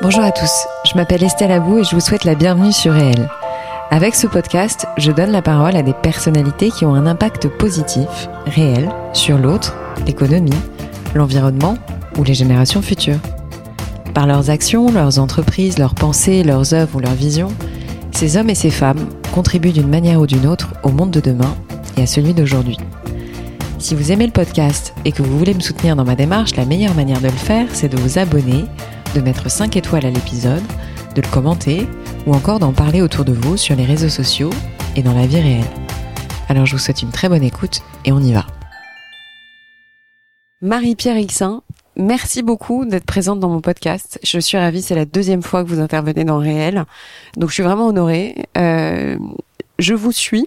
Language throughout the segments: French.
Bonjour à tous, je m'appelle Estelle Abou et je vous souhaite la bienvenue sur Réel. Avec ce podcast, je donne la parole à des personnalités qui ont un impact positif, réel, sur l'autre, l'économie, l'environnement ou les générations futures. Par leurs actions, leurs entreprises, leurs pensées, leurs œuvres ou leurs visions, ces hommes et ces femmes contribuent d'une manière ou d'une autre au monde de demain et à celui d'aujourd'hui. Si vous aimez le podcast et que vous voulez me soutenir dans ma démarche, la meilleure manière de le faire, c'est de vous abonner, de mettre 5 étoiles à l'épisode, de le commenter ou encore d'en parler autour de vous sur les réseaux sociaux et dans la vie réelle. Alors je vous souhaite une très bonne écoute et on y va. Marie-Pierre Rixain, merci beaucoup d'être présente dans mon podcast. Je suis ravie, c'est la 2e fois que vous intervenez dans Réel. Donc je suis vraiment honorée. Je vous suis.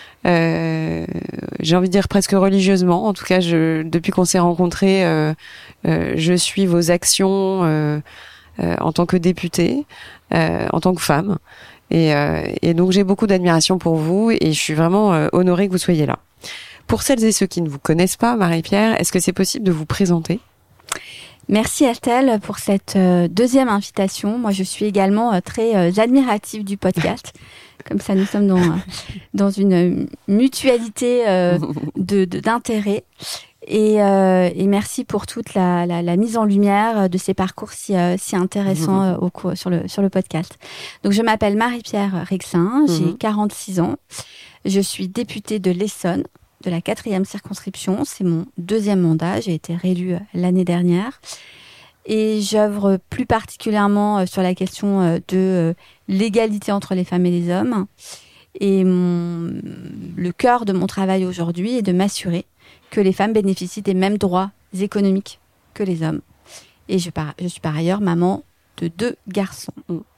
J'ai envie de dire presque religieusement. En tout cas, depuis qu'on s'est rencontrés, je suis vos actions en tant que députée, en tant que femme. Et donc, j'ai beaucoup d'admiration pour vous et je suis vraiment honorée que vous soyez là. Pour celles et ceux qui ne vous connaissent pas, Marie-Pierre, est-ce que c'est possible de vous présenter ? Merci Estelle pour cette 2e invitation. Moi, je suis également très admirative du podcast. Comme ça, nous sommes dans une mutualité d'intérêt. Et merci pour toute la mise en lumière de ces parcours si intéressants sur le podcast. Donc, je m'appelle Marie-Pierre Rixain, j'ai 46 ans. Je suis députée de l'Essonne, de la 4e circonscription. C'est mon 2e mandat. J'ai été réélue l'année dernière. Et j'œuvre plus particulièrement sur la question de l'égalité entre les femmes et les hommes. Et le cœur de mon travail aujourd'hui est de m'assurer que les femmes bénéficient des mêmes droits économiques que les hommes. Et je suis par ailleurs maman de 2 garçons.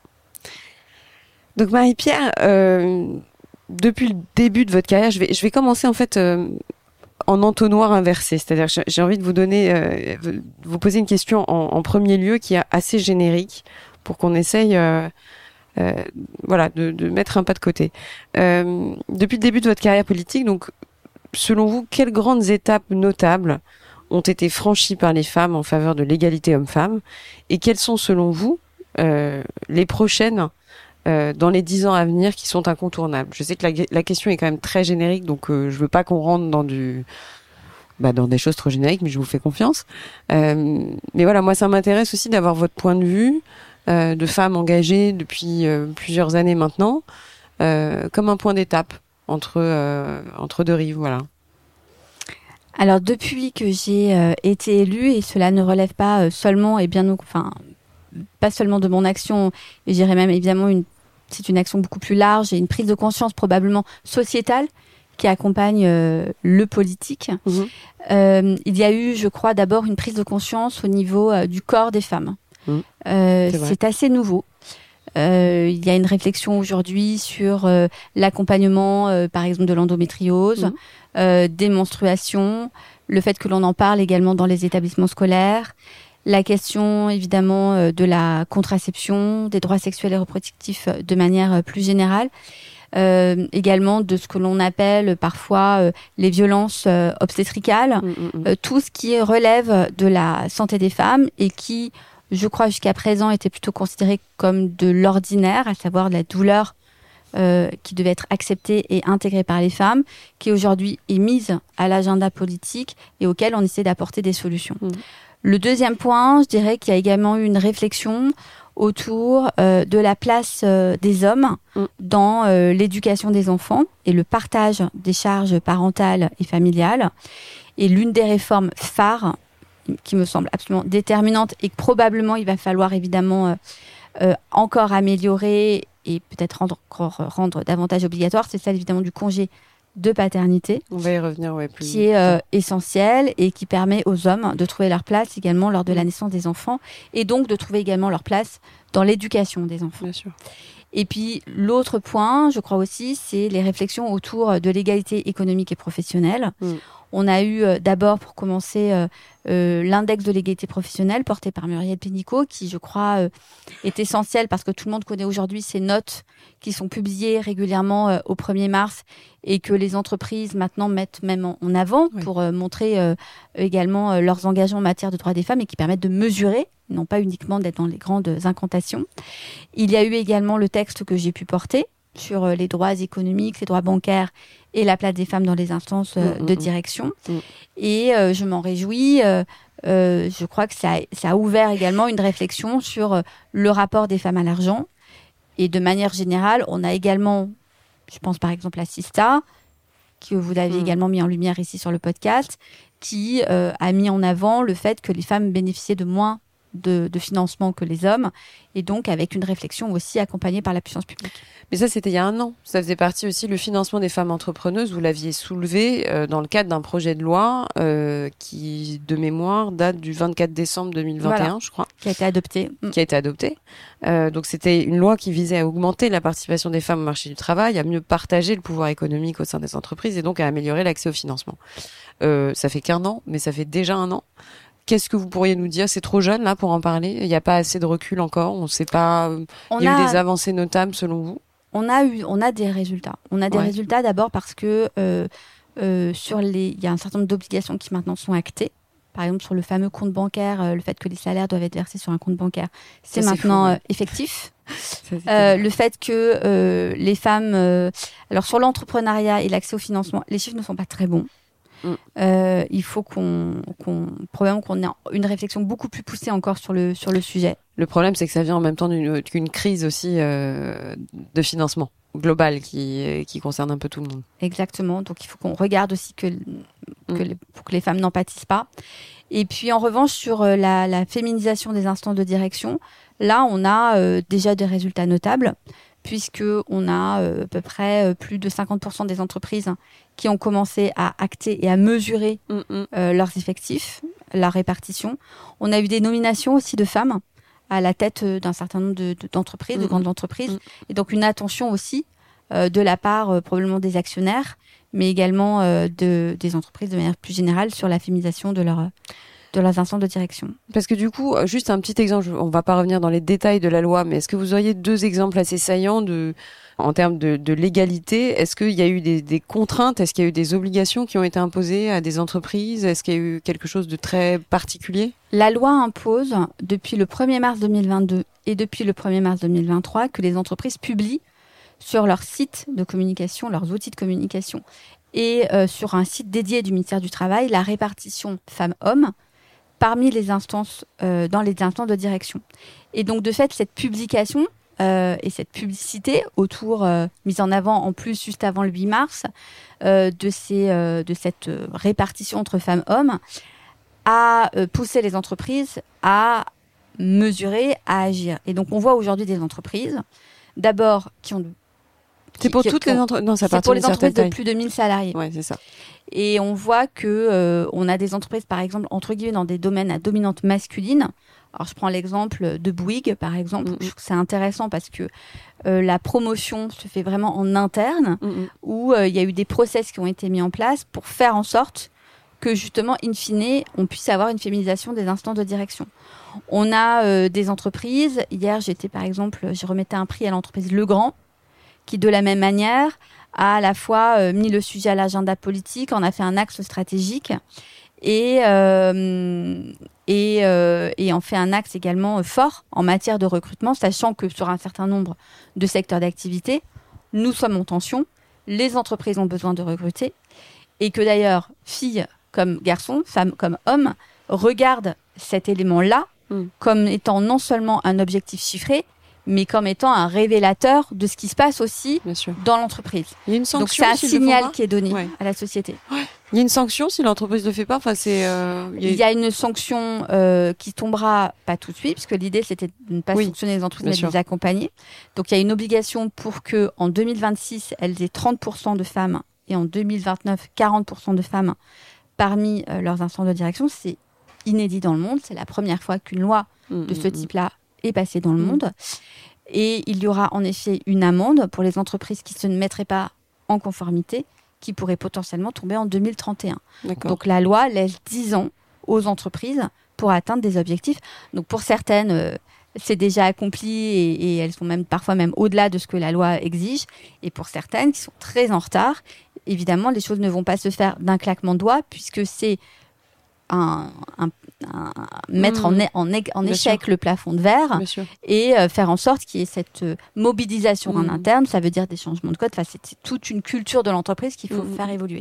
Donc Marie-Pierre, depuis le début de votre carrière, je vais commencer en fait en entonnoir inversé, c'est-à-dire que j'ai envie de vous poser une question en premier lieu qui est assez générique pour qu'on essaye de mettre un pas de côté. Depuis le début de votre carrière politique, donc selon vous, quelles grandes étapes notables ont été franchies par les femmes en faveur de l'égalité homme-femme et quelles sont selon vous les prochaines dans les 10 ans à venir qui sont incontournables? Je sais que la question est quand même très générique, donc je veux pas qu'on rentre dans des choses trop génériques, mais je vous fais confiance. Mais voilà, moi ça m'intéresse aussi d'avoir votre point de vue de femme engagée depuis plusieurs années maintenant, comme un point d'étape entre 2 rives, voilà. Alors depuis que j'ai été élue, et cela ne relève pas seulement pas seulement de mon action, et je dirais même évidemment c'est une action beaucoup plus large et une prise de conscience probablement sociétale qui accompagne le politique. Il y a eu, je crois, d'abord une prise de conscience au niveau du corps des femmes. C'est assez nouveau. Il y a une réflexion aujourd'hui sur l'accompagnement, par exemple, de l'endométriose, des menstruations, le fait que l'on en parle également dans les établissements scolaires, la question évidemment de la contraception, des droits sexuels et reproductifs de manière plus générale, également de ce que l'on appelle parfois les violences obstétricales, tout ce qui relève de la santé des femmes et qui, je crois, jusqu'à présent était plutôt considéré comme de l'ordinaire, à savoir de la douleur qui devait être acceptée et intégrée par les femmes, qui aujourd'hui est mise à l'agenda politique et auquel on essaie d'apporter des solutions. Le 2e point, je dirais qu'il y a également eu une réflexion autour de la place des hommes dans l'éducation des enfants et le partage des charges parentales et familiales. Et l'une des réformes phares qui me semble absolument déterminante et que probablement il va falloir évidemment encore améliorer et peut-être rendre davantage obligatoire, c'est celle évidemment du congé de paternité. On va y revenir, plus qui est essentiel et qui permet aux hommes de trouver leur place également lors de la naissance des enfants et donc de trouver également leur place dans l'éducation des enfants. Bien sûr. Et puis l'autre point, je crois aussi, c'est les réflexions autour de l'égalité économique et professionnelle. On a eu d'abord, pour commencer, l'index de l'égalité professionnelle porté par Muriel Pénicaud, qui, je crois, est essentiel parce que tout le monde connaît aujourd'hui ces notes qui sont publiées régulièrement au 1er mars et que les entreprises maintenant mettent même en avant pour montrer également leurs engagements en matière de droits des femmes et qui permettent de mesurer, non pas uniquement d'être dans les grandes incantations. Il y a eu également le texte que j'ai pu porter sur les droits économiques, les droits bancaires et la place des femmes dans les instances de direction. Et je m'en réjouis. Je crois que ça a ouvert également une réflexion sur le rapport des femmes à l'argent. Et de manière générale, on a également, je pense par exemple à Sista, que vous avez également mis en lumière ici sur le podcast, qui a mis en avant le fait que les femmes bénéficiaient de moins de financement que les hommes, et donc avec une réflexion aussi accompagnée par la puissance publique. Mais ça, c'était il y a un an. Ça faisait partie aussi, le financement des femmes entrepreneuses, vous l'aviez soulevé dans le cadre d'un projet de loi qui, de mémoire, date du 24 décembre 2021, je crois. Qui a été adopté. Donc c'était une loi qui visait à augmenter la participation des femmes au marché du travail, à mieux partager le pouvoir économique au sein des entreprises et donc à améliorer l'accès au financement. Ça fait qu'un an, mais ça fait déjà un an. Qu'est-ce que vous pourriez nous dire ? C'est trop jeune là pour en parler ? Il n'y a pas assez de recul encore ? On ne sait pas. Il y a eu des avancées notables selon vous ? On a des résultats. On a des résultats d'abord parce que il y a un certain nombre d'obligations qui maintenant sont actées. Par exemple, sur le fameux compte bancaire, le fait que les salaires doivent être versés sur un compte bancaire, c'est maintenant effectif. Le fait que les femmes... alors, sur l'entrepreneuriat et l'accès au financement, les chiffres ne sont pas très bons. Il faut qu'on ait une réflexion beaucoup plus poussée encore sur le sujet. Le problème, c'est que ça vient en même temps d'une crise aussi de financement global qui concerne un peu tout le monde. Exactement. Donc, il faut qu'on regarde aussi pour que les femmes n'en pâtissent pas. Et puis, en revanche, sur la féminisation des instances de direction, là, on a déjà des résultats notables, puisqu'on a à peu près plus de 50% des entreprises qui ont commencé à acter et à mesurer leurs effectifs, la répartition. On a eu des nominations aussi de femmes à la tête d'un certain nombre d'entreprises, de grandes entreprises, et donc une attention aussi de la part probablement des actionnaires, mais également des entreprises de manière plus générale sur la féminisation de leurs instances de direction. Parce que du coup, juste un petit exemple, on ne va pas revenir dans les détails de la loi, mais est-ce que vous auriez 2 exemples assez saillants en termes de légalité? Est-ce qu'il y a eu des contraintes? Est-ce qu'il y a eu des obligations qui ont été imposées à des entreprises? Est-ce qu'il y a eu quelque chose de très particulier? La loi impose, depuis le 1er mars 2022 et depuis le 1er mars 2023, que les entreprises publient sur leur site de communication, leurs outils de communication, et sur un site dédié du ministère du Travail, la répartition femmes-hommes parmi les instances, dans les instances de direction. Et donc, de fait, cette publication et cette publicité autour, mise en avant en plus juste avant le 8 mars, de cette répartition entre femmes-hommes, a poussé les entreprises à mesurer, à agir. Et donc, on voit aujourd'hui des entreprises, d'abord, qui ont... C'est pour toutes les entreprises. Non, ça c'est pour les entreprises de plus de 1000 salariés. Ouais, c'est ça. Et on voit que on a des entreprises, par exemple, entre guillemets, dans des domaines à dominante masculine. Alors, je prends l'exemple de Bouygues, par exemple. Je trouve que c'est intéressant parce que la promotion se fait vraiment en interne, où il y a eu des process qui ont été mis en place pour faire en sorte que, justement, in fine, on puisse avoir une féminisation des instances de direction. On a des entreprises. Hier, je remettais un prix à l'entreprise Legrand, qui, de la même manière, a à la fois mis le sujet à l'agenda politique, en a fait un axe stratégique et en fait un axe également fort en matière de recrutement, sachant que sur un certain nombre de secteurs d'activité, nous sommes en tension, les entreprises ont besoin de recruter, et que d'ailleurs, filles comme garçons, femmes comme hommes, regardent cet élément-là comme étant non seulement un objectif chiffré, mais comme étant un révélateur de ce qui se passe aussi dans l'entreprise. Il y a une sanction. Donc c'est un signal qui est donné à la société. Ouais. Il y a une sanction si l'entreprise ne le fait pas. Enfin, il y a une sanction qui tombera pas tout de suite, puisque l'idée c'était de ne pas sanctionner les entreprises, mais de les accompagner. Donc il y a une obligation pour que en 2026 elles aient 30% de femmes et en 2029 40% de femmes parmi leurs instances de direction. C'est inédit dans le monde. C'est la première fois qu'une loi de ce type-là est passée dans le monde. Et il y aura en effet une amende pour les entreprises qui ne se mettraient pas en conformité, qui pourrait potentiellement tomber en 2031. Donc la loi laisse 10 ans aux entreprises pour atteindre des objectifs. Donc pour certaines, c'est déjà accompli et elles sont même parfois même au-delà de ce que la loi exige. Et pour certaines qui sont très en retard, évidemment, les choses ne vont pas se faire d'un claquement de doigts puisque c'est mettre en échec le plafond de verre et faire en sorte qu'il y ait cette mobilisation en interne. Ça veut dire des changements de code. Enfin, c'est toute une culture de l'entreprise qu'il faut faire évoluer.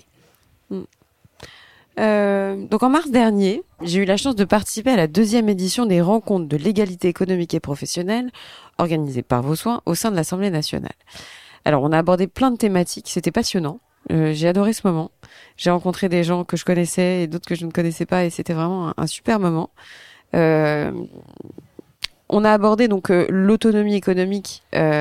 Donc en mars dernier, j'ai eu la chance de participer à la 2e édition des rencontres de l'égalité économique et professionnelle organisées par Vos Soins au sein de l'Assemblée nationale. Alors on a abordé plein de thématiques, c'était passionnant. J'ai adoré ce moment. J'ai rencontré des gens que je connaissais et d'autres que je ne connaissais pas et c'était vraiment un super moment. On a abordé donc l'autonomie économique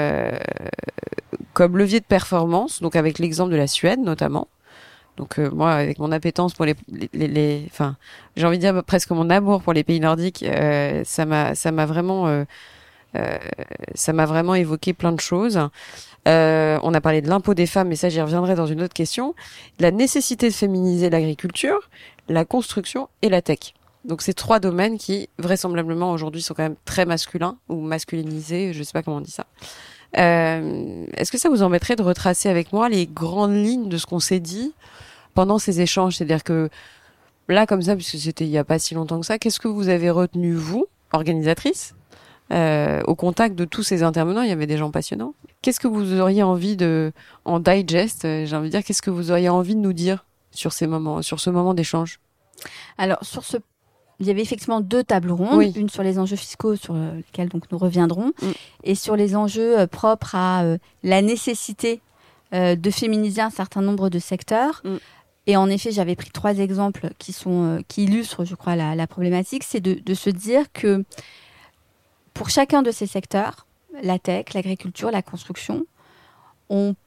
comme levier de performance, donc avec l'exemple de la Suède notamment. Donc moi, avec mon appétence pour enfin, j'ai envie de dire presque mon amour pour les pays nordiques, ça m'a vraiment évoqué plein de choses. On a parlé de l'impôt des femmes, mais ça j'y reviendrai dans une autre question. La nécessité de féminiser l'agriculture, la construction et la tech. Donc c'est 3 domaines qui vraisemblablement aujourd'hui sont quand même très masculins ou masculinisés, je sais pas comment on dit ça. Est-ce que ça vous embêterait de retracer avec moi les grandes lignes de ce qu'on s'est dit pendant ces échanges? C'est-à-dire que là, comme ça, puisque c'était il y a pas si longtemps que ça, qu'est-ce que vous avez retenu, vous, organisatrice, au contact de tous ces intervenants? Il y avait des gens passionnants. Qu'est-ce que vous auriez envie en digest, j'ai envie de dire, qu'est-ce que vous auriez envie de nous dire sur ce moment d'échange? Alors, il y avait effectivement 2 tables rondes, une sur les enjeux fiscaux sur lesquels donc nous reviendrons, et sur les enjeux propres à la nécessité de féminiser un certain nombre de secteurs. Et en effet, j'avais pris 3 exemples qui illustrent, je crois, la problématique. C'est de se dire que pour chacun de ces secteurs, la tech, l'agriculture, la construction, on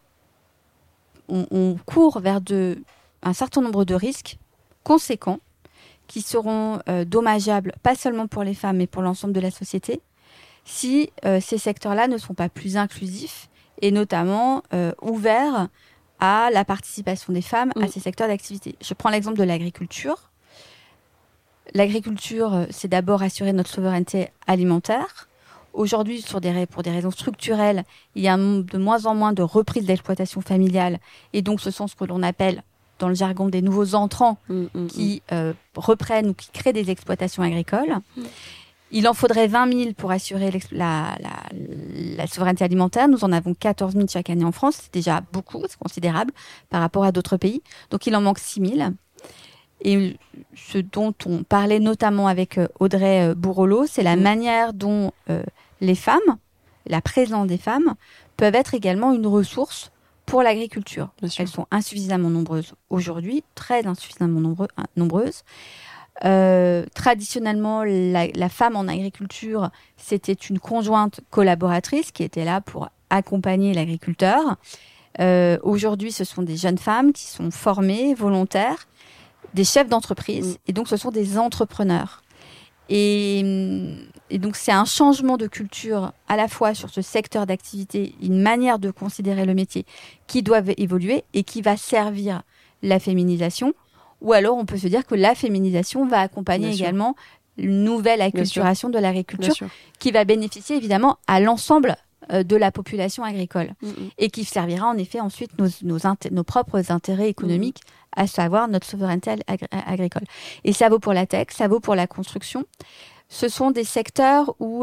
court vers un certain nombre de risques conséquents qui seront dommageables, pas seulement pour les femmes, mais pour l'ensemble de la société, si ces secteurs-là ne sont pas plus inclusifs et notamment ouverts à la participation des femmes à ces secteurs d'activité. Je prends l'exemple de l'agriculture. L'agriculture, c'est d'abord assurer notre souveraineté alimentaire. Aujourd'hui, pour des raisons structurelles, il y a de moins en moins de reprises d'exploitation familiale. Et donc, ce sont ce que l'on appelle, dans le jargon, des nouveaux entrants qui reprennent ou qui créent des exploitations agricoles. Il en faudrait 20 000 pour assurer la souveraineté alimentaire. Nous en avons 14 000 chaque année en France. C'est déjà beaucoup, c'est considérable par rapport à d'autres pays. Donc, il en manque 6 000. Et ce dont on parlait notamment avec Audrey Bourrelot, c'est la manière dont les femmes, la présence des femmes, peuvent être également une ressource pour l'agriculture. Elles sont insuffisamment nombreuses aujourd'hui, très insuffisamment nombreuses. Traditionnellement, la femme en agriculture, c'était une conjointe collaboratrice qui était là pour accompagner l'agriculteur. Aujourd'hui, ce sont des jeunes femmes qui sont formées, volontaires, des chefs d'entreprise, et donc ce sont des entrepreneurs. Et donc c'est un changement de culture à la fois sur ce secteur d'activité, une manière de considérer le métier qui doit évoluer et qui va servir la féminisation. Ou alors on peut se dire que la féminisation va accompagner également une nouvelle acculturation de l'agriculture qui va bénéficier évidemment à l'ensemble de la population agricole et qui servira en effet ensuite nos propres intérêts économiques, à savoir notre souveraineté agricole. Et ça vaut pour la tech, ça vaut pour la construction. Ce sont des secteurs où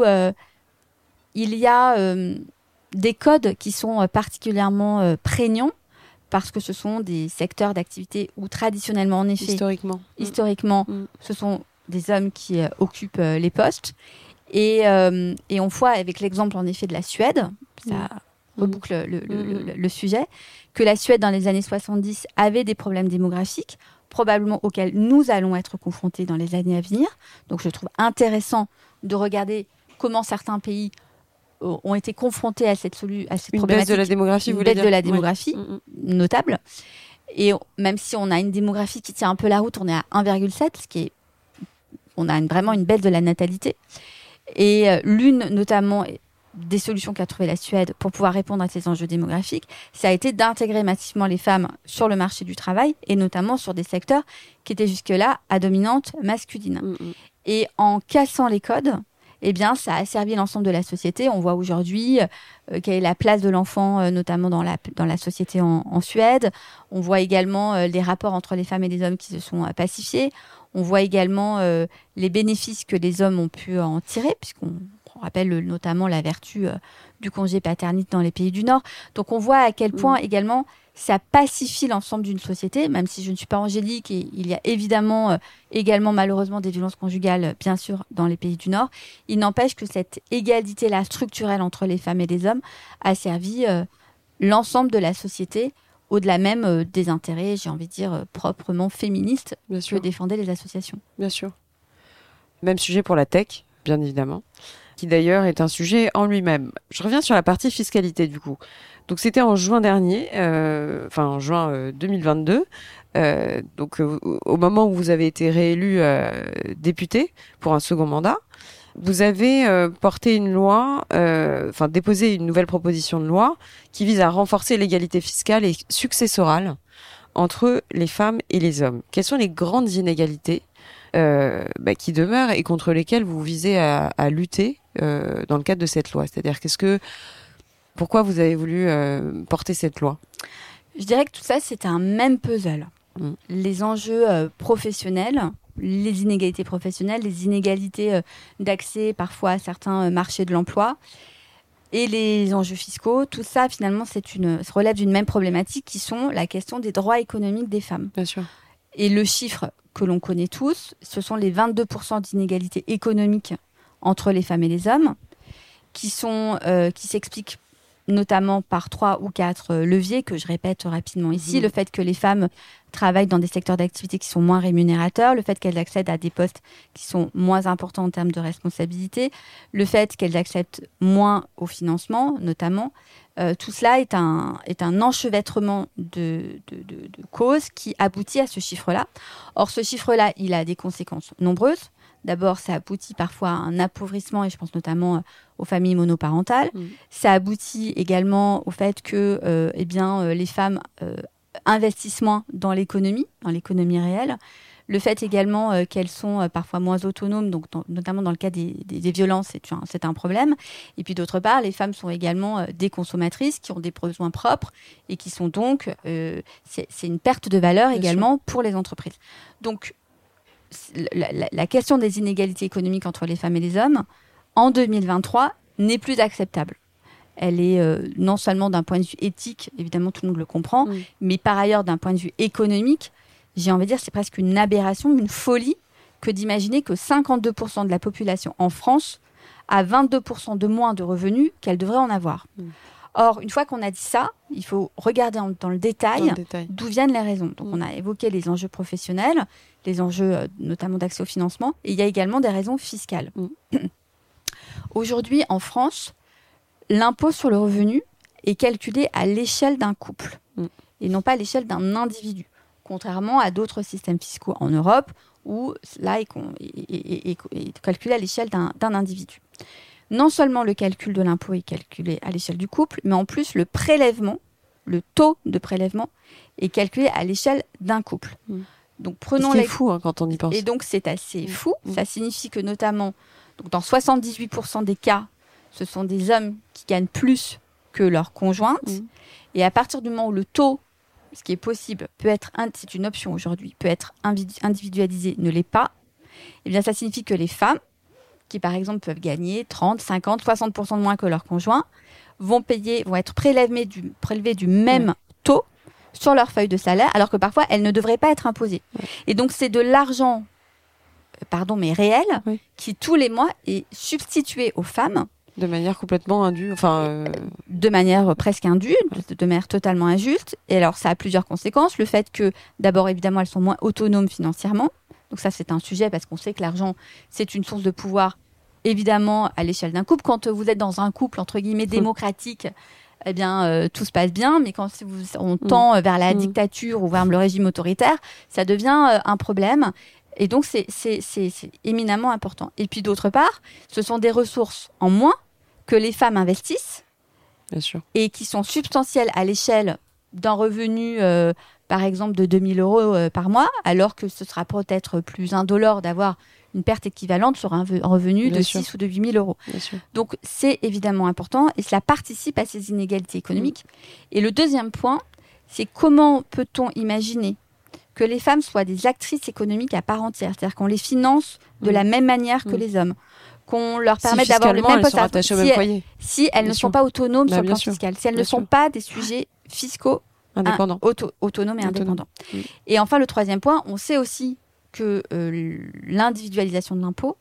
il y a des codes qui sont particulièrement prégnants parce que ce sont des secteurs d'activité où traditionnellement, en effet, historiquement, ce sont des hommes qui occupent les postes. Et on voit avec l'exemple en effet de la Suède, ça reboucle le sujet, que la Suède dans les années 70 avait des problèmes démographiques, probablement auxquels nous allons être confrontés dans les années à venir. Donc je trouve intéressant de regarder comment certains pays ont été confrontés à cette problématique. Une baisse de la démographie, vous voulez dire ? Une baisse de la démographie, notable. Et même si on a une démographie qui tient un peu la route, on est à 1,7, on a vraiment une baisse de la natalité. Et l'une, notamment, des solutions qu'a trouvées la Suède pour pouvoir répondre à ces enjeux démographiques, ça a été d'intégrer massivement les femmes sur le marché du travail et notamment sur des secteurs qui étaient jusque-là à dominante masculine. Et en cassant les codes, eh bien, ça a servi l'ensemble de la société. On voit aujourd'hui quelle est la place de l'enfant, notamment dans la société en Suède. On voit également les rapports entre les femmes et les hommes qui se sont pacifiés. On voit également les bénéfices que les hommes ont pu en tirer, puisqu'on rappelle notamment la vertu du congé paternité dans les pays du Nord. Donc on voit à quel point également ça pacifie l'ensemble d'une société, même si je ne suis pas angélique et il y a évidemment également malheureusement des violences conjugales, bien sûr, dans les pays du Nord. Il n'empêche que cette égalité-là structurelle entre les femmes et les hommes a servi l'ensemble de la société, au-delà même des intérêts, j'ai envie de dire, proprement féministes que défendaient les associations. Bien sûr. Même sujet pour la tech, bien évidemment, qui d'ailleurs est un sujet en lui-même. Je reviens sur la partie fiscalité du coup. Donc c'était en juin dernier, en juin 2022, au moment où vous avez été réélu député pour un second mandat, vous avez porté une loi, déposé une nouvelle proposition de loi qui vise à renforcer l'égalité fiscale et successorale entre les femmes et les hommes. Quelles sont les grandes inégalités qui demeurent et contre lesquelles vous visez à lutter dans le cadre de cette loi? C'est-à-dire pourquoi vous avez voulu porter cette loi? Je dirais que tout ça, c'est un même puzzle. Les enjeux professionnels, les inégalités professionnelles, les inégalités d'accès parfois à certains marchés de l'emploi et les enjeux fiscaux, tout ça, finalement, ça relève d'une même problématique qui sont la question des droits économiques des femmes. Bien sûr. Et le chiffre que l'on connaît tous, ce sont les 22% d'inégalités économiques entre les femmes et les hommes qui s'expliquent notamment par 3 ou 4 leviers que je répète rapidement ici. Le fait que les femmes travaillent dans des secteurs d'activité qui sont moins rémunérateurs, le fait qu'elles accèdent à des postes qui sont moins importants en termes de responsabilité, le fait qu'elles acceptent moins au financement, notamment. Tout cela est un enchevêtrement de causes qui aboutit à ce chiffre-là. Or, ce chiffre-là, il a des conséquences nombreuses. D'abord, ça aboutit parfois à un appauvrissement, et je pense notamment aux familles monoparentales. Ça aboutit également au fait que les femmes investissent moins dans l'économie réelle. Le fait également qu'elles sont parfois moins autonomes, donc notamment dans le cas des violences, c'est un problème. Et puis d'autre part, les femmes sont également des consommatrices qui ont des besoins propres et qui sont donc... c'est une perte de valeur également pour les entreprises. Donc, la question des inégalités économiques entre les femmes et les hommes, en 2023, n'est plus acceptable. Elle est non seulement d'un point de vue éthique, évidemment tout le monde le comprend, mais par ailleurs d'un point de vue économique, j'ai envie de dire c'est presque une aberration, une folie que d'imaginer que 52% de la population en France a 22% de moins de revenus qu'elle devrait en avoir. Or, une fois qu'on a dit ça, il faut regarder dans le détail d'où viennent les raisons. Donc, on a évoqué les enjeux professionnels, les enjeux notamment d'accès au financement, et il y a également des raisons fiscales. Aujourd'hui, en France, l'impôt sur le revenu est calculé à l'échelle d'un couple et non pas à l'échelle d'un individu, contrairement à d'autres systèmes fiscaux en Europe où là est calculé à l'échelle d'un individu. Non seulement le calcul de l'impôt est calculé à l'échelle du couple, mais en plus le taux de prélèvement est calculé à l'échelle d'un couple. Donc c'est fou quand on y pense. Et donc c'est assez fou. Ça signifie que notamment, donc dans 78% des cas, ce sont des hommes qui gagnent plus que leur conjointe. Et à partir du moment où le taux, ce qui est possible, c'est une option aujourd'hui, peut être individualisé, ne l'est pas, eh bien ça signifie que les femmes, qui par exemple peuvent gagner 30, 50, 60% de moins que leur conjoint, vont être prélevées du même taux sur leur feuille de salaire, alors que parfois elles ne devraient pas être imposées. Et donc c'est de l'argent, réel, qui tous les mois est substitué aux femmes. De manière complètement indue, de manière presque indue, de manière totalement injuste. Et alors ça a plusieurs conséquences. Le fait que, d'abord évidemment, elles sont moins autonomes financièrement. Donc ça, c'est un sujet parce qu'on sait que l'argent, c'est une source de pouvoir, évidemment, à l'échelle d'un couple. Quand vous êtes dans un couple, entre guillemets, démocratique, eh bien, tout se passe bien. Mais quand on tend vers la dictature ou vers le régime autoritaire, ça devient un problème. Et donc, c'est éminemment important. Et puis, d'autre part, ce sont des ressources en moins que les femmes investissent Bien sûr. et qui sont substantielles à l'échelle d'un revenu, par exemple, de 2 000 euros par mois, alors que ce sera peut-être plus indolore d'avoir une perte équivalente sur un revenu Bien de sûr. 6 ou de 8 000 euros. Bien sûr. Donc, c'est évidemment important et cela participe à ces inégalités économiques. Et le deuxième point, c'est comment peut-on imaginer que les femmes soient des actrices économiques à part entière, c'est-à-dire qu'on les finance de la même manière que les hommes, qu'on leur permette d'avoir le même poste attaché au même foyer. si elles Bien ne sûr. sont pas autonomes sur le bien plan sûr. fiscal, si elles Bien ne sont sûr. pas des sujets fiscaux Indépendant. autonomes et Autonome. indépendants. Et enfin, le troisième point, on sait aussi que l'individualisation de l'impôt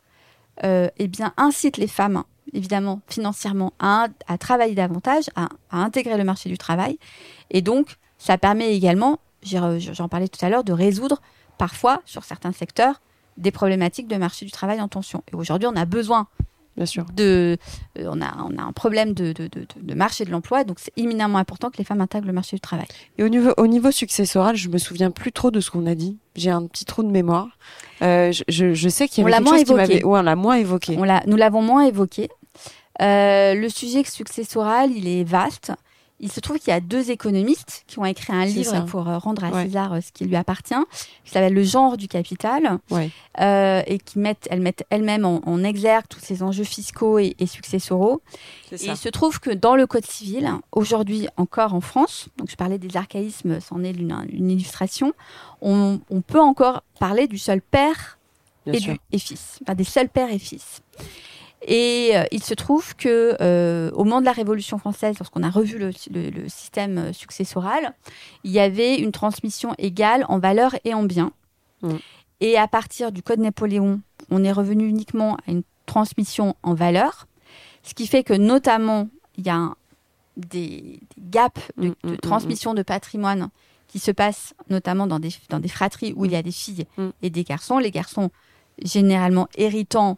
incite les femmes, évidemment, financièrement, à travailler davantage, à intégrer le marché du travail. Et donc, ça permet également, j'en parlais tout à l'heure, de résoudre parfois, sur certains secteurs, des problématiques de marché du travail en tension. Et aujourd'hui, on a besoin Bien sûr. on a un problème de marché de l'emploi, donc c'est éminemment important que les femmes intègrent le marché du travail. Et au niveau successoral, je me souviens plus trop de ce qu'on a dit. J'ai un petit trou de mémoire. Je sais qu'il y avait quelque chose qui m'avait... Ouais, on l'a moins évoqué. Nous l'avons moins évoqué. Le sujet successoral, il est vaste. Il se trouve qu'il y a 2 économistes qui ont écrit un livre pour rendre à César ce qui lui appartient, qui s'appelle Le genre du capital, et elles mettent elles-mêmes en exergue tous ces enjeux fiscaux et successoraux. Et il se trouve que dans le Code civil, aujourd'hui encore en France, donc je parlais des archaïsmes, c'en est une illustration, on peut encore parler du seul père et fils, enfin des seuls pères et fils. Et il se trouve que au moment de la Révolution française, lorsqu'on a revu le système successoral, il y avait une transmission égale en valeur et en biens. Et à partir du Code Napoléon, on est revenu uniquement à une transmission en valeur, ce qui fait que notamment il y a des gaps de transmission de patrimoine qui se passent notamment dans des fratries où il y a des filles et des garçons. Les garçons généralement héritant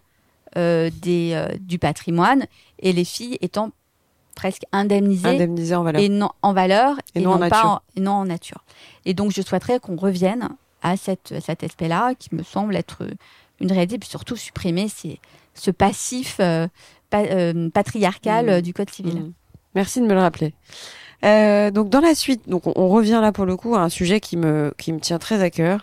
du patrimoine et les filles étant presque indemnisées en valeur. Et non en valeur et non en nature. Et donc je souhaiterais qu'on revienne à cet aspect-là qui me semble être une réalité, puis surtout supprimer ce passif patriarcal du Code civil. Merci de me le rappeler. Donc dans la suite, on revient là pour le coup à un sujet qui me tient très à cœur.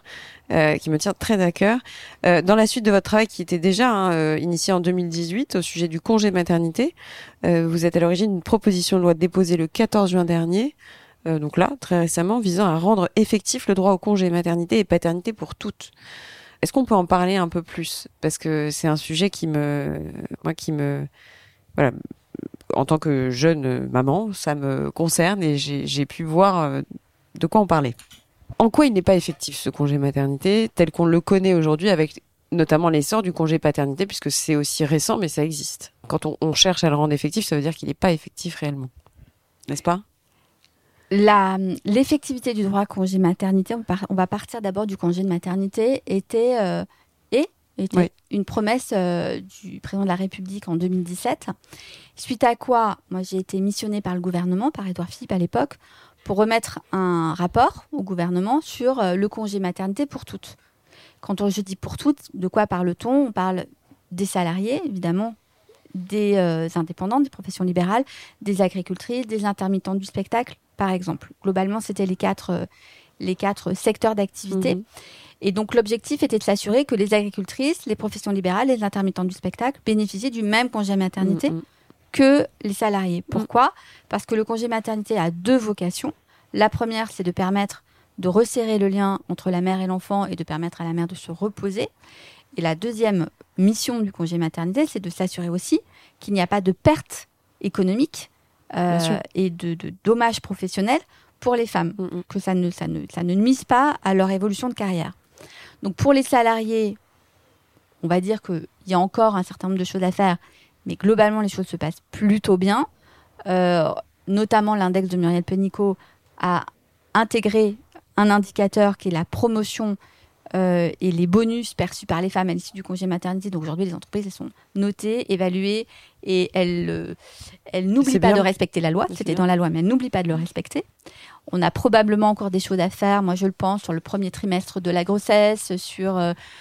Dans la suite de votre travail qui était déjà initié en 2018 au sujet du congé maternité, vous êtes à l'origine d'une proposition de loi déposée le 14 juin dernier, donc là, très récemment, visant à rendre effectif le droit au congé maternité et paternité pour toutes. Est-ce qu'on peut en parler un peu plus ? Parce que c'est un sujet qui me voilà, en tant que jeune maman, ça me concerne et j'ai pu voir de quoi on parlait. En quoi il n'est pas effectif ce congé maternité tel qu'on le connaît aujourd'hui avec notamment l'essor du congé paternité puisque c'est aussi récent mais ça existe. Quand on cherche à le rendre effectif, ça veut dire qu'il n'est pas effectif réellement. N'est-ce pas ? L'effectivité du droit à congé maternité, on va partir d'abord du congé de maternité, était une promesse du président de la République en 2017, suite à quoi moi j'ai été missionnée par le gouvernement, par Édouard Philippe à l'époque, pour remettre un rapport au gouvernement sur le congé maternité pour toutes. Quand je dis pour toutes, de quoi parle-t-on ? On parle des salariés, évidemment, des indépendants, des professions libérales, des agricultrices, des intermittents du spectacle, par exemple. Globalement, c'était les quatre secteurs d'activité. Et donc, l'objectif était de s'assurer que les agricultrices, les professions libérales, les intermittents du spectacle bénéficiaient du même congé maternité que les salariés. Pourquoi ? Parce que le congé maternité a 2 vocations. La première, c'est de permettre de resserrer le lien entre la mère et l'enfant et de permettre à la mère de se reposer. Et la deuxième mission du congé maternité, c'est de s'assurer aussi qu'il n'y a pas de perte économique et de dommages professionnels pour les femmes, que ça ne nuise pas à leur évolution de carrière. Donc pour les salariés, on va dire qu'il y a encore un certain nombre de choses à faire, mais globalement les choses se passent plutôt bien. Notamment l'index de Muriel Pénicaud a intégré un indicateur qui est la promotion et les bonus perçus par les femmes à l'issue du congé maternité. Donc aujourd'hui, les entreprises elles sont notées, évaluées et elles n'oublient pas de respecter la loi. C'était dans la loi, mais elles n'oublient pas de le respecter. On a probablement encore des choses à faire, moi je le pense, sur le premier trimestre de la grossesse, sur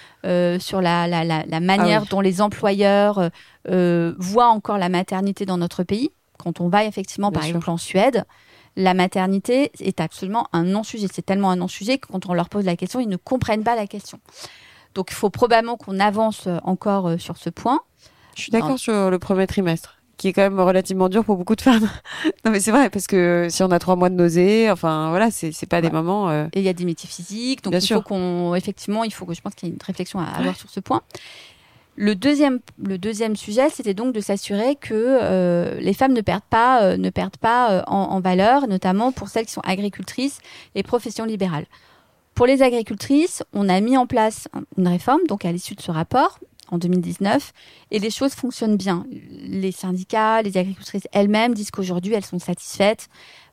la manière dont les employeurs voient encore la maternité dans notre pays. Quand on va effectivement, par exemple, en Suède, la maternité est absolument un non-sujet. C'est tellement un non-sujet que quand on leur pose la question, ils ne comprennent pas la question. Donc il faut probablement qu'on avance encore sur ce point. Je suis d'accord sur le premier trimestre, qui est quand même relativement dur pour beaucoup de femmes. Non mais c'est vrai, parce que si on a 3 mois de nausée, enfin voilà, c'est pas des moments... Et il y a des métiers physiques, donc je pense qu'il y a une réflexion à avoir sur ce point. Le deuxième sujet, c'était donc de s'assurer que les femmes ne perdent pas en valeur, notamment pour celles qui sont agricultrices et professions libérales. Pour les agricultrices, on a mis en place une réforme, donc à l'issue de ce rapport, en 2019, et les choses fonctionnent bien. Les syndicats, les agricultrices elles-mêmes disent qu'aujourd'hui, elles sont satisfaites.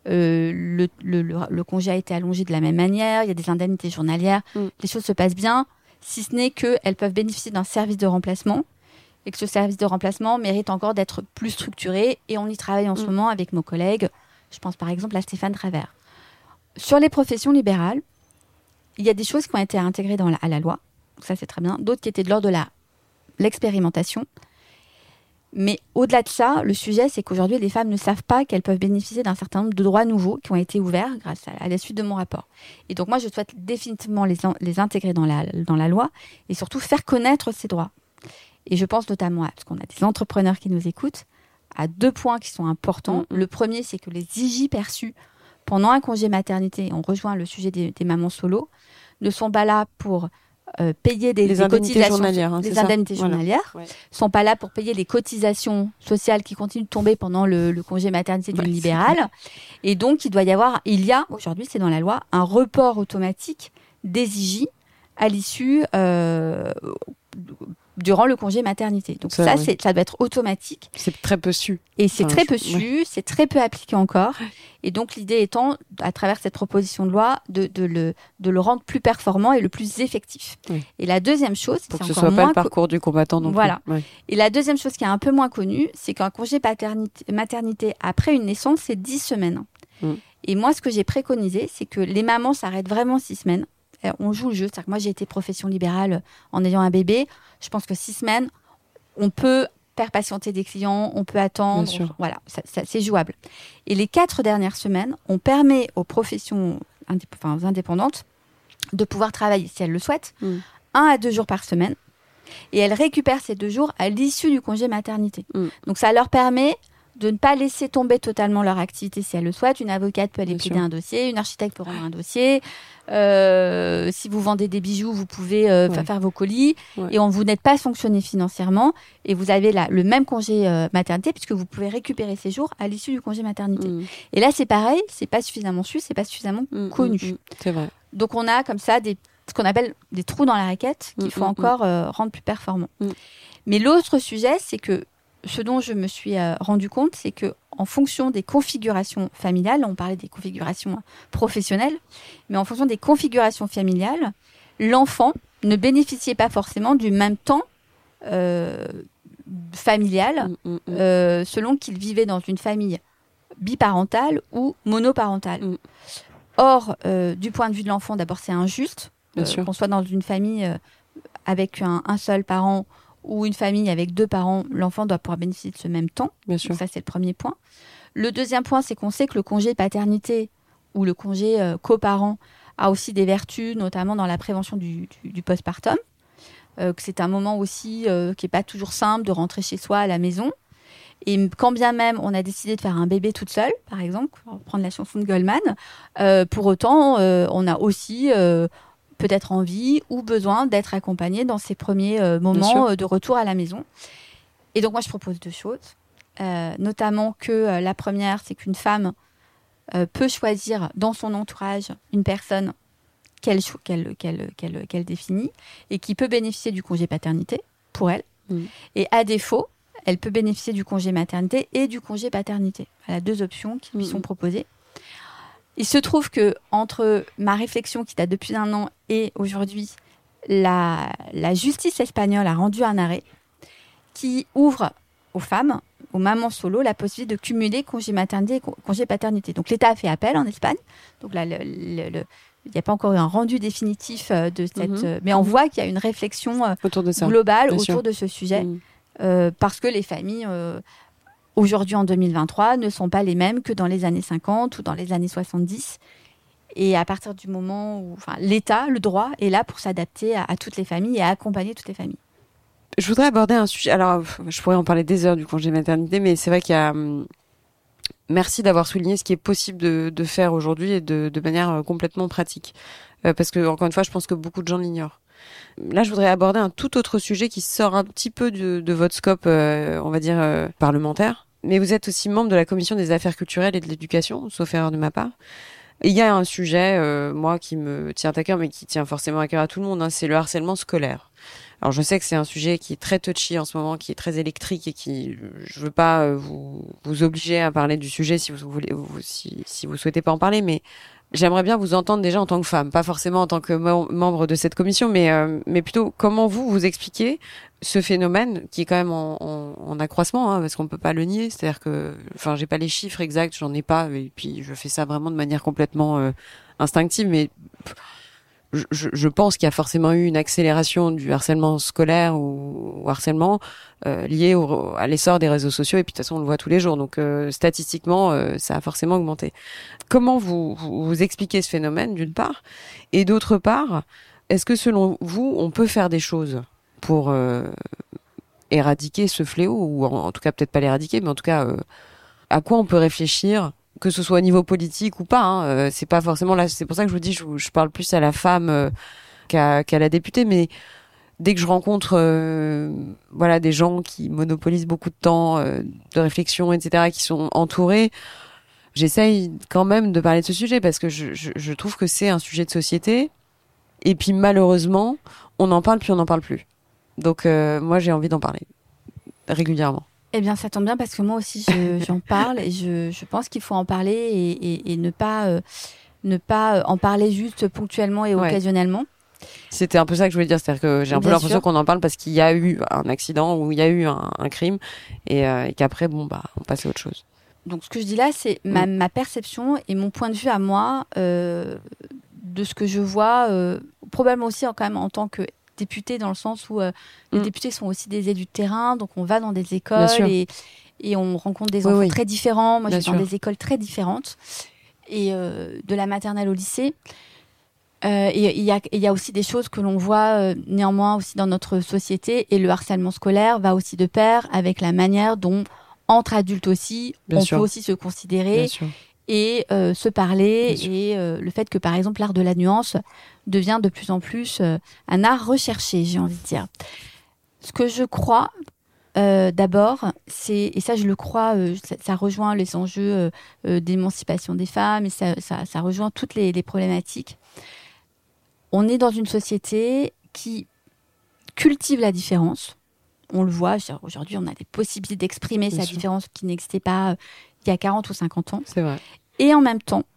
Le congé a été allongé de la même manière, il y a des indemnités journalières, les choses se passent bien, si ce n'est qu'elles peuvent bénéficier d'un service de remplacement et que ce service de remplacement mérite encore d'être plus structuré, et on y travaille en ce moment avec nos collègues. Je pense par exemple à Stéphane Travers. Sur les professions libérales, il y a des choses qui ont été intégrées à la loi, donc ça c'est très bien, d'autres qui étaient de l'ordre de l'expérimentation. Mais au-delà de ça, le sujet, c'est qu'aujourd'hui, les femmes ne savent pas qu'elles peuvent bénéficier d'un certain nombre de droits nouveaux qui ont été ouverts grâce à la suite de mon rapport. Et donc moi, je souhaite définitivement les intégrer dans la loi et surtout faire connaître ces droits. Et je pense notamment, parce qu'on a des entrepreneurs qui nous écoutent, à 2 points qui sont importants. Le premier, c'est que les IJ perçus pendant un congé maternité, on rejoint le sujet des mamans solo, ne sont pas là pour payer des cotisations journalières, les indemnités journalières, sont pas là pour payer les cotisations sociales qui continuent de tomber pendant le congé maternité du libéral. Et donc il y a aujourd'hui, c'est dans la loi, un report automatique des IJ à l'issue durant le congé maternité. Donc ça doit être automatique. C'est très peu su. Et c'est très peu su, c'est très peu appliqué encore. Et donc l'idée étant, à travers cette proposition de loi, de le rendre plus performant et le plus effectif. Et la deuxième chose, pour que ce soit pas le parcours du combattant non plus. Et la deuxième chose qui est un peu moins connue, c'est qu'un congé maternité après une naissance, c'est 10 semaines. Et moi, ce que j'ai préconisé, c'est que les mamans s'arrêtent vraiment 6 semaines. On joue le jeu. C'est-à-dire que moi, j'ai été profession libérale en ayant un bébé. Je pense que 6 semaines, on peut faire patienter des clients, on peut attendre. Voilà, ça, c'est jouable. Et les 4 dernières semaines, on permet aux professions indépendantes de pouvoir travailler, si elles le souhaitent, 1 à 2 jours par semaine. Et elles récupèrent ces 2 jours à l'issue du congé maternité. Donc, ça leur permet de ne pas laisser tomber totalement leur activité si elle le souhaite. Une avocate peut aller plaider un dossier, une architecte peut rendre un dossier. Si vous vendez des bijoux, vous pouvez faire vos colis et vous n'êtes pas sanctionné financièrement et vous avez le même congé maternité puisque vous pouvez récupérer ces jours à l'issue du congé maternité. Et là, c'est pareil, c'est pas suffisamment su, c'est pas suffisamment connu. C'est vrai. Donc, on a comme ça ce qu'on appelle des trous dans la raquette qu'il faut encore rendre plus performants. Mais l'autre sujet, c'est que ce dont je me suis rendu compte, c'est que en fonction des configurations familiales, on parlait des configurations professionnelles, mais en fonction des configurations familiales, l'enfant ne bénéficiait pas forcément du même temps familial selon qu'il vivait dans une famille biparentale ou monoparentale. Or, du point de vue de l'enfant, d'abord, c'est injuste qu'on soit dans une famille avec un seul parent ou une famille avec 2 parents, l'enfant doit pouvoir bénéficier de ce même temps. Donc ça, c'est le premier point. Le deuxième point, c'est qu'on sait que le congé paternité ou le congé coparent a aussi des vertus, notamment dans la prévention du postpartum. Que c'est un moment aussi qui n'est pas toujours simple de rentrer chez soi à la maison. Et quand bien même on a décidé de faire un bébé toute seule, par exemple, pour prendre la chanson de Goldman, pour autant, on a aussi... peut-être envie ou besoin d'être accompagné dans ces premiers moments de retour à la maison. Et donc, moi, je propose 2 choses. Notamment que la première, c'est qu'une femme peut choisir dans son entourage une personne qu'elle définit et qui peut bénéficier du congé paternité pour elle. Et à défaut, elle peut bénéficier du congé maternité et du congé paternité. Elle a 2 options qui lui sont proposées. Il se trouve que entre ma réflexion qui date depuis 1 an et aujourd'hui, la justice espagnole a rendu un arrêt qui ouvre aux femmes, aux mamans solo, la possibilité de cumuler congé maternité et congé paternité. Donc l'État a fait appel en Espagne. Donc là, il n'y a pas encore eu un rendu définitif de cette... mais on voit qu'il y a une réflexion autour de ça, globale autour de ce sujet. Parce que les familles, aujourd'hui en 2023, ne sont pas les mêmes que dans les années 50 ou dans les années 70. Et à partir du moment où l'État, le droit, est là pour s'adapter à toutes les familles et à accompagner toutes les familles. Je voudrais aborder un sujet. Alors, je pourrais en parler des heures du congé maternité, mais c'est vrai qu'il y a... Merci d'avoir souligné ce qui est possible de faire aujourd'hui et de manière complètement pratique. Parce que, encore une fois, je pense que beaucoup de gens l'ignorent. Là, je voudrais aborder un tout autre sujet qui sort un petit peu de votre scope, on va dire, parlementaire. Mais vous êtes aussi membre de la Commission des affaires culturelles et de l'éducation, sauf erreur de ma part. Et il y a un sujet, moi, qui me tient à cœur, mais qui tient forcément à cœur à tout le monde, c'est le harcèlement scolaire. Alors, je sais que c'est un sujet qui est très touchy en ce moment, qui est très électrique et qui, je veux pas vous obliger à parler du sujet si vous voulez, si vous souhaitez pas en parler, mais j'aimerais bien vous entendre déjà en tant que femme, pas forcément en tant que membre de cette commission, mais plutôt comment vous expliquez ce phénomène qui est quand même en accroissement, parce qu'on peut pas le nier. C'est-à-dire que, j'ai pas les chiffres exacts, j'en ai pas, et puis je fais ça vraiment de manière complètement instinctive, mais je pense qu'il y a forcément eu une accélération du harcèlement scolaire ou harcèlement lié à l'essor des réseaux sociaux, et puis de toute façon on le voit tous les jours, donc statistiquement ça a forcément augmenté. Comment vous expliquez ce phénomène d'une part, et d'autre part, est-ce que selon vous on peut faire des choses pour éradiquer ce fléau, ou en tout cas peut-être pas l'éradiquer, mais en tout cas à quoi on peut réfléchir, que ce soit au niveau politique ou pas, c'est pas forcément là. C'est pour ça que je vous dis, je parle plus à la femme qu'à la députée, mais dès que je rencontre des gens qui monopolisent beaucoup de temps, de réflexion, etc., qui sont entourés, j'essaye quand même de parler de ce sujet, parce que je trouve que c'est un sujet de société, et puis malheureusement, on en parle puis on n'en parle plus. Donc moi j'ai envie d'en parler régulièrement. Eh bien, ça tombe bien, parce que moi aussi, j'en parle, et je pense qu'il faut en parler et ne pas en parler juste ponctuellement et occasionnellement. C'était un peu ça que je voulais dire, c'est-à-dire que j'ai un peu l'impression qu'on en parle parce qu'il y a eu un accident ou il y a eu un crime, et qu'après, on passe à autre chose. Donc, ce que je dis là, c'est ma perception et mon point de vue à moi de ce que je vois, probablement aussi quand même en tant que députés, dans le sens où les députés sont aussi des élus de terrain, donc on va dans des écoles et on rencontre des enfants très différents. Moi, je suis dans des écoles très différentes, et de la maternelle au lycée. Et il y a aussi des choses que l'on voit néanmoins aussi dans notre société, et le harcèlement scolaire va aussi de pair avec la manière dont, entre adultes aussi, peut aussi se considérer et se parler, et le fait que, par exemple, l'art de la nuance devient de plus en plus un art recherché, j'ai envie de dire. Ce que je crois, d'abord, et ça je le crois, ça rejoint les enjeux d'émancipation des femmes, et ça rejoint toutes les problématiques. On est dans une société qui cultive la différence. On le voit, aujourd'hui on a des possibilités d'exprimer sa différence qui n'existait pas il y a 40 ou 50 ans. C'est vrai. Et en même temps,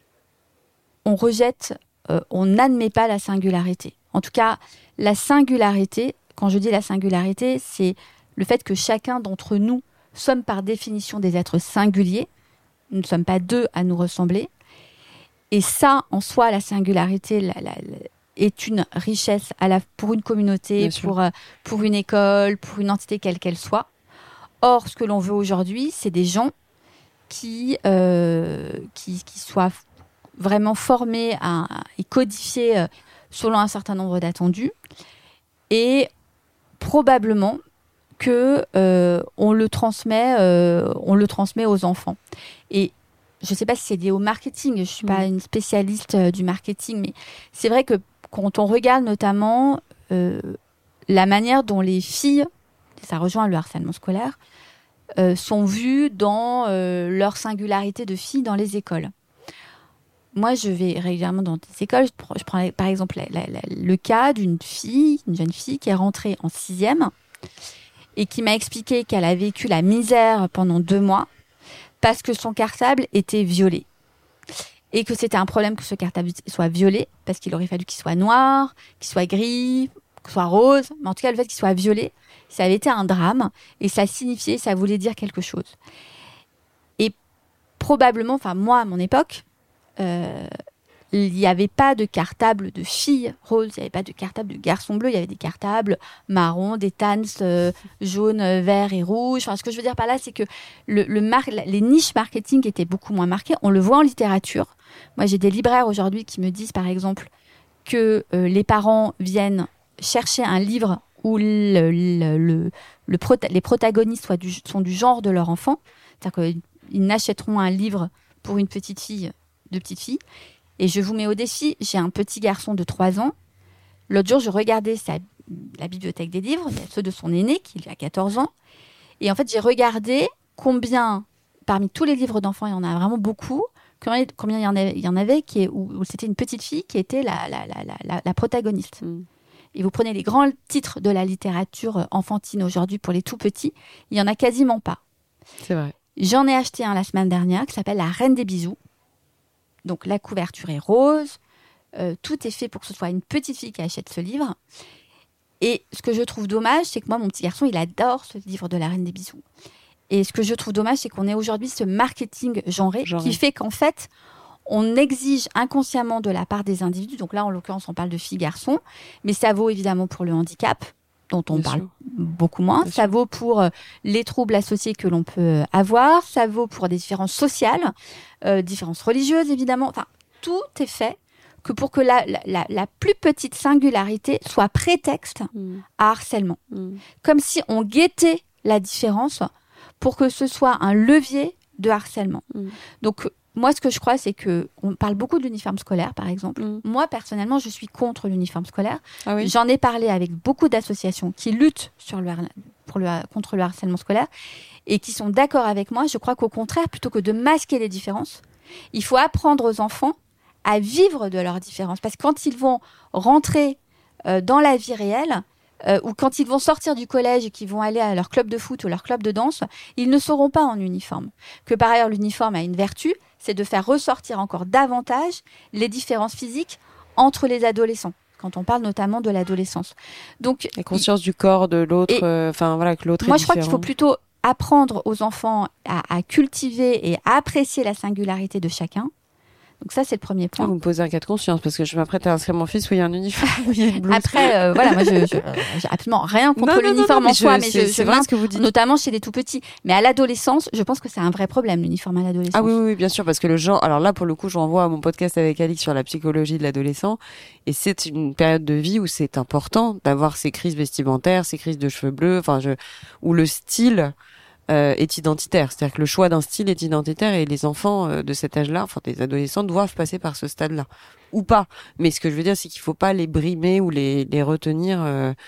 on rejette, on n'admet pas la singularité. En tout cas, la singularité, quand je dis la singularité, c'est le fait que chacun d'entre nous sommes par définition des êtres singuliers. Nous ne sommes pas deux à nous ressembler. Et ça, en soi, la singularité est une richesse pour une communauté, pour une école, pour une entité quelle qu'elle soit. Or, ce que l'on veut aujourd'hui, c'est des gens qui soient vraiment formés et codifiés selon un certain nombre d'attendus, et probablement que on le transmet aux enfants. Et je ne sais pas si c'est lié au marketing, je ne suis pas une spécialiste du marketing, mais c'est vrai que quand on regarde notamment la manière dont les filles, ça rejoint le harcèlement scolaire, sont vues dans leur singularité de filles dans les écoles. Moi, je vais régulièrement dans des écoles. Je prends par exemple le cas d'une jeune fille qui est rentrée en 6e et qui m'a expliqué qu'elle a vécu la misère pendant 2 mois parce que son cartable était violé. et que c'était un problème que ce cartable soit violet, parce qu'il aurait fallu qu'il soit noir, qu'il soit gris, qu'il soit rose, mais en tout cas, le fait qu'il soit violet, ça avait été un drame, et ça signifiait, ça voulait dire quelque chose. Et probablement, enfin moi, à mon époque, il n'y avait pas de cartable de filles roses, il n'y avait pas de cartable de garçons bleus, il y avait des cartables marrons, des tans jaunes, verts et rouges. Enfin, ce que je veux dire par là, c'est que les niches marketing étaient beaucoup moins marquées. On le voit en littérature. Moi, j'ai des libraires aujourd'hui qui me disent, par exemple, que les parents viennent chercher un livre où les protagonistes sont du genre de leur enfant. C'est-à-dire qu'ils n'achèteront un livre pour une petite fille, deux petites filles. Et je vous mets au défi, j'ai un petit garçon de 3 ans. L'autre jour, je regardais la bibliothèque des livres, ceux de son aîné, qui a 14 ans. Et en fait, j'ai regardé combien, parmi tous les livres d'enfants, il y en a vraiment beaucoup, combien il y en avait où c'était une petite fille qui était la protagoniste. Et vous prenez les grands titres de la littérature enfantine aujourd'hui pour les tout petits, il n'y en a quasiment pas. C'est vrai. J'en ai acheté un la semaine dernière qui s'appelle La Reine des Bisous. Donc la couverture est rose, tout est fait pour que ce soit une petite fille qui achète ce livre. Et ce que je trouve dommage, c'est que moi, mon petit garçon, il adore ce livre de La Reine des Bisous. Et ce que je trouve dommage, c'est qu'on ait aujourd'hui ce marketing genré. Qui fait qu'en fait, on exige inconsciemment de la part des individus, donc là, en l'occurrence, on parle de filles-garçons, mais ça vaut évidemment pour le handicap, dont on parle beaucoup moins. Ça vaut pour les troubles associés que l'on peut avoir. Ça vaut pour des différences sociales, différences religieuses, évidemment. Enfin, tout est fait pour que la plus petite singularité soit prétexte à harcèlement. Comme si on guettait la différence pour que ce soit un levier de harcèlement. Donc, moi, ce que je crois, c'est qu'on parle beaucoup de l'uniforme scolaire, par exemple. Moi, personnellement, je suis contre l'uniforme scolaire. Ah oui. J'en ai parlé avec beaucoup d'associations qui luttent contre le harcèlement scolaire et qui sont d'accord avec moi. Je crois qu'au contraire, plutôt que de masquer les différences, il faut apprendre aux enfants à vivre de leurs différences. Parce que quand ils vont rentrer dans la vie réelle, ou quand ils vont sortir du collège et qu'ils vont aller à leur club de foot ou leur club de danse, ils ne seront pas en uniforme. Que par ailleurs, l'uniforme a une vertu, c'est de faire ressortir encore davantage les différences physiques entre les adolescents, quand on parle notamment de l'adolescence. Donc, la conscience du corps de l'autre, que l'autre est différent. Moi, je crois qu'il faut plutôt apprendre aux enfants à cultiver et à apprécier la singularité de chacun. Donc ça, c'est le premier point. Vous me posez un cas de conscience, parce que je m'apprête à inscrire mon fils où il y a un uniforme, où il y a une blouse. Après, voilà, moi, j'ai absolument rien contre l'uniforme en soi, mais c'est vrai ce que vous dites. Notamment chez les tout-petits. Mais à l'adolescence, je pense que c'est un vrai problème, l'uniforme à l'adolescence. Ah oui, bien sûr, parce que le genre... Alors là, pour le coup, je renvoie à mon podcast avec Alix sur la psychologie de l'adolescent, et c'est une période de vie où c'est important d'avoir ces crises vestimentaires, ces crises de cheveux bleus, où le style... est identitaire, c'est-à-dire que le choix d'un style est identitaire et les enfants de cet âge-là, des adolescents doivent passer par ce stade-là ou pas. Mais ce que je veux dire, c'est qu'il faut pas les brimer ou les retenir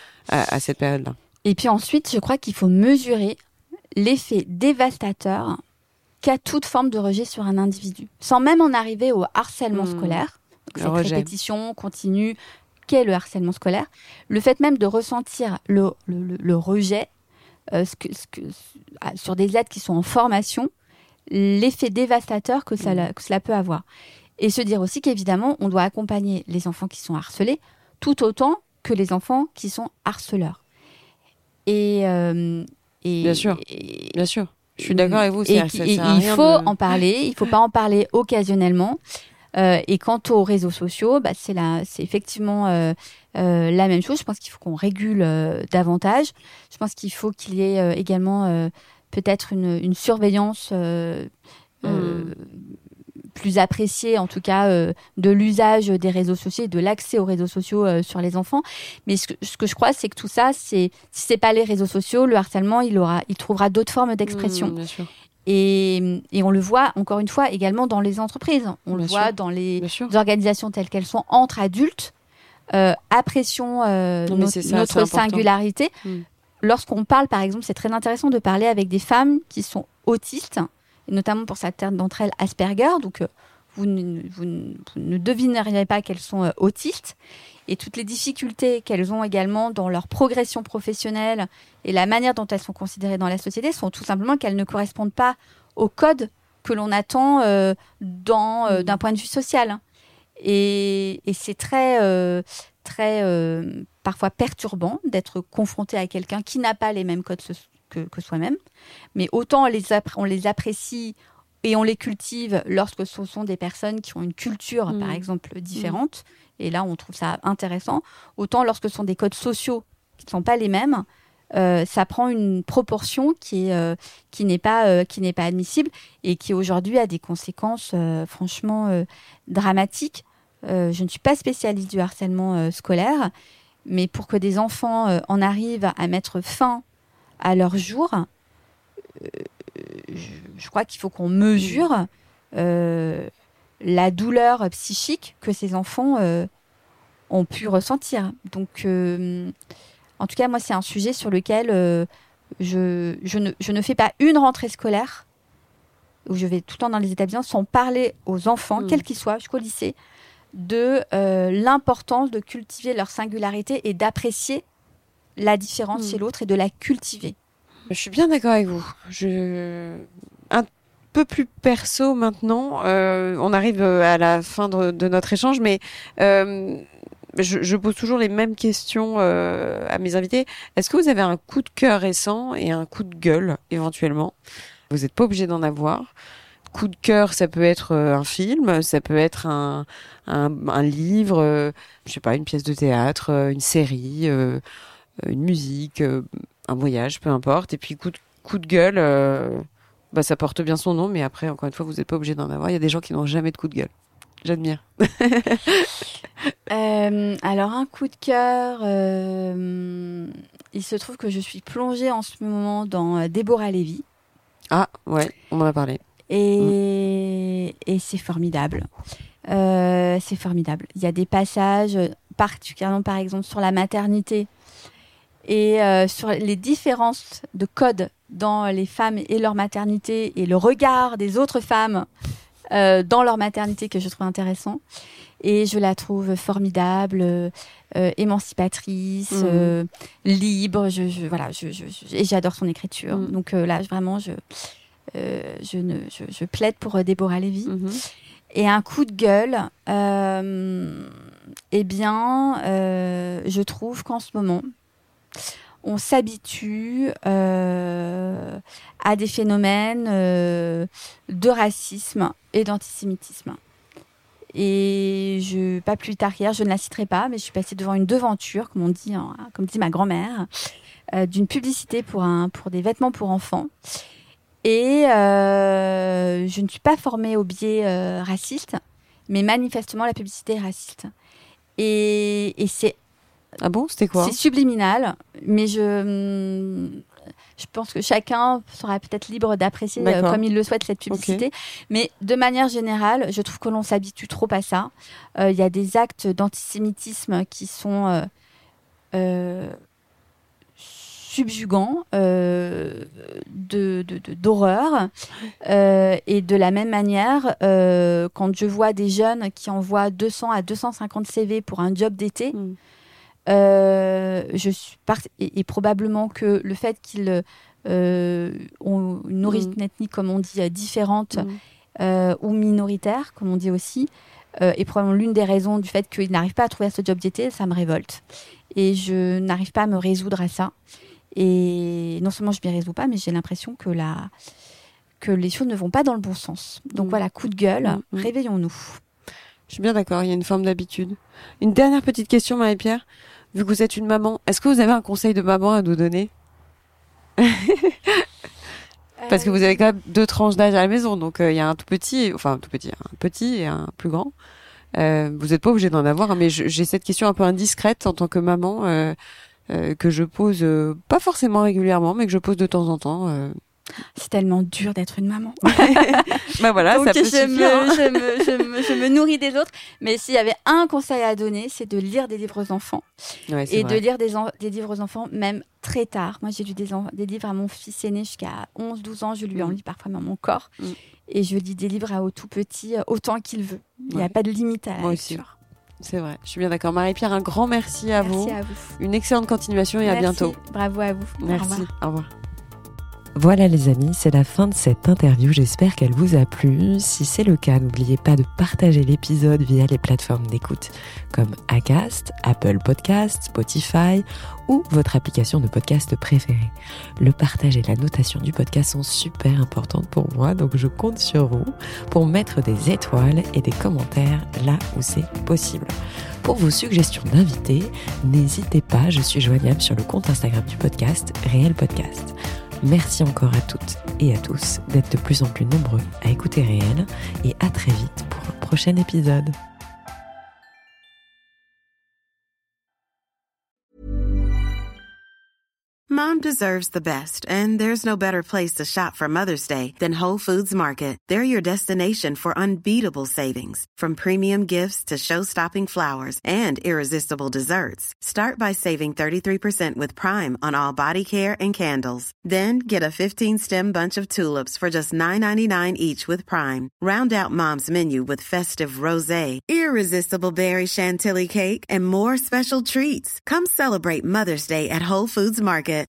à cette période-là. Et puis ensuite, je crois qu'il faut mesurer l'effet dévastateur qu'a toute forme de rejet sur un individu, sans même en arriver au harcèlement scolaire, donc cette répétition continue qu'est le harcèlement scolaire. Le fait même de ressentir le rejet sur des aides qui sont en formation, l'effet dévastateur que cela peut avoir. Et se dire aussi qu'évidemment, on doit accompagner les enfants qui sont harcelés tout autant que les enfants qui sont harceleurs. Bien sûr. Je suis d'accord avec vous. Il faut en parler. Il ne faut pas en parler occasionnellement. Et quant aux réseaux sociaux, c'est effectivement la même chose. Je pense qu'il faut qu'on régule davantage. Je pense qu'il faut qu'il y ait également peut-être une surveillance plus appréciée, en tout cas, de l'usage des réseaux sociaux et de l'accès aux réseaux sociaux sur les enfants. Mais ce que je crois, c'est que tout ça, si c'est pas les réseaux sociaux, le harcèlement, il trouvera d'autres formes d'expression. Bien sûr. Et on le voit, encore une fois, également dans les entreprises. On le voit dans les organisations telles qu'elles sont entre adultes. Apprécions notre singularité. Lorsqu'on parle, par exemple, c'est très intéressant de parler avec des femmes qui sont autistes, et notamment pour certaines d'entre elles Asperger. Donc, vous ne devineriez pas qu'elles sont autistes. Et toutes les difficultés qu'elles ont également dans leur progression professionnelle et la manière dont elles sont considérées dans la société sont tout simplement qu'elles ne correspondent pas au code que l'on attend d'un point de vue social. Et c'est très parfois perturbant d'être confronté à quelqu'un qui n'a pas les mêmes codes que soi-même. Mais autant on les apprécie et on les cultive lorsque ce sont des personnes qui ont une culture, par exemple, différente. Et là, on trouve ça intéressant. Autant lorsque ce sont des codes sociaux qui ne sont pas les mêmes, ça prend une proportion qui n'est pas admissible et qui aujourd'hui a des conséquences franchement dramatiques. Je ne suis pas spécialiste du harcèlement scolaire, mais pour que des enfants en arrivent à mettre fin à leur jour, je crois qu'il faut qu'on mesure la douleur psychique que ces enfants ont pu ressentir. Donc, en tout cas, moi, c'est un sujet sur lequel je ne fais pas une rentrée scolaire où je vais tout le temps dans les établissements sans parler aux enfants, quels qu'ils soient, jusqu'au lycée, de l'importance de cultiver leur singularité et d'apprécier la différence chez l'autre et de la cultiver. Je suis bien d'accord avec vous. Un peu plus perso maintenant. On arrive à la fin de notre échange, mais je pose toujours les mêmes questions à mes invités. Est-ce que vous avez un coup de cœur récent et un coup de gueule éventuellement ? Vous n'êtes pas obligé d'en avoir. Coup de cœur, ça peut être un film, ça peut être un livre, je sais pas, une pièce de théâtre, une série, une musique, un voyage, peu importe. Et puis coup de gueule, ça porte bien son nom, mais après, encore une fois, vous n'êtes pas obligé d'en avoir. Il y a des gens qui n'ont jamais de coup de gueule. J'admire. Alors, un coup de cœur, il se trouve que je suis plongée en ce moment dans Déborah Lévy. Ah, ouais, on m'en a parlé. Et c'est formidable. C'est formidable. Il y a des passages, particulièrement par exemple sur la maternité et sur les différences de codes dans les femmes et leur maternité et le regard des autres femmes dans leur maternité que je trouve intéressant. Et je la trouve formidable, émancipatrice, libre. Et j'adore son écriture. Donc là, vraiment, je plaide pour Déborah Lévy. Et un coup de gueule, je trouve qu'en ce moment, on s'habitue à des phénomènes de racisme et d'antisémitisme. Et pas plus tard qu'hier, je ne la citerai pas, mais je suis passée devant une devanture, comme dit ma grand-mère, d'une publicité pour des vêtements pour enfants. Et je ne suis pas formée au biais raciste, mais manifestement la publicité est raciste. Et c'est... Ah bon, c'était quoi ? C'est subliminal, mais je pense que chacun sera peut-être libre d'apprécier comme il le souhaite cette publicité. Okay. Mais de manière générale, je trouve que l'on s'habitue trop à ça. Il y a des actes d'antisémitisme qui sont subjugants, d'horreur. Et de la même manière, quand je vois des jeunes qui envoient 200 à 250 CV pour un job d'été, et probablement que le fait qu'ils ont une origine ethnique, comme on dit, différente ou minoritaire, comme on dit aussi, est probablement l'une des raisons du fait qu'ils n'arrivent pas à trouver ce job d'été, ça me révolte. Et je n'arrive pas à me résoudre à ça. Et non seulement je ne m'y résous pas, mais j'ai l'impression que les choses ne vont pas dans le bon sens. Donc voilà, coup de gueule, réveillons-nous. Je suis bien d'accord, il y a une forme d'habitude. Une dernière petite question, Marie-Pierre. Vu que vous êtes une maman, est-ce que vous avez un conseil de maman à nous donner ? Parce que vous avez quand même 2 tranches d'âge à la maison, donc il y a un petit et un plus grand. Vous n'êtes pas obligé d'en avoir, mais j'ai cette question un peu indiscrète en tant que maman que je pose pas forcément régulièrement, mais que je pose de temps en temps. C'est tellement dur d'être une maman. Voilà, donc ça peut suffire. Je me nourris des autres. Mais s'il y avait un conseil à donner, c'est de lire des livres aux enfants. Ouais, et vrai. De lire des livres aux enfants, même très tard. Moi, j'ai lu des livres à mon fils aîné jusqu'à 11-12 ans. Je lui en lis parfois même encore. Et je lis des livres à au tout petit autant qu'il veut. Il n'y a pas de limite à la lecture. C'est vrai, je suis bien d'accord. Marie-Pierre, un grand merci à vous. Merci à vous. Une excellente continuation et merci. À bientôt. Bravo à vous. Merci, au revoir. Voilà les amis, c'est la fin de cette interview, j'espère qu'elle vous a plu. Si c'est le cas, n'oubliez pas de partager l'épisode via les plateformes d'écoute comme Acast, Apple Podcasts, Spotify ou votre application de podcast préférée. Le partage et la notation du podcast sont super importantes pour moi, donc je compte sur vous pour mettre des étoiles et des commentaires là où c'est possible. Pour vos suggestions d'invités, n'hésitez pas, je suis joignable sur le compte Instagram du podcast, Réel Podcast. Merci encore à toutes et à tous d'être de plus en plus nombreux à écouter Réel et à très vite pour un prochain épisode. Mom deserves the best, and there's no better place to shop for Mother's Day than Whole Foods Market. They're your destination for unbeatable savings, from premium gifts to show-stopping flowers and irresistible desserts. Start by saving 33% with Prime on all body care and candles. Then get a 15-stem bunch of tulips for just $9.99 each with Prime. Round out Mom's menu with festive rosé, irresistible berry chantilly cake, and more special treats. Come celebrate Mother's Day at Whole Foods Market.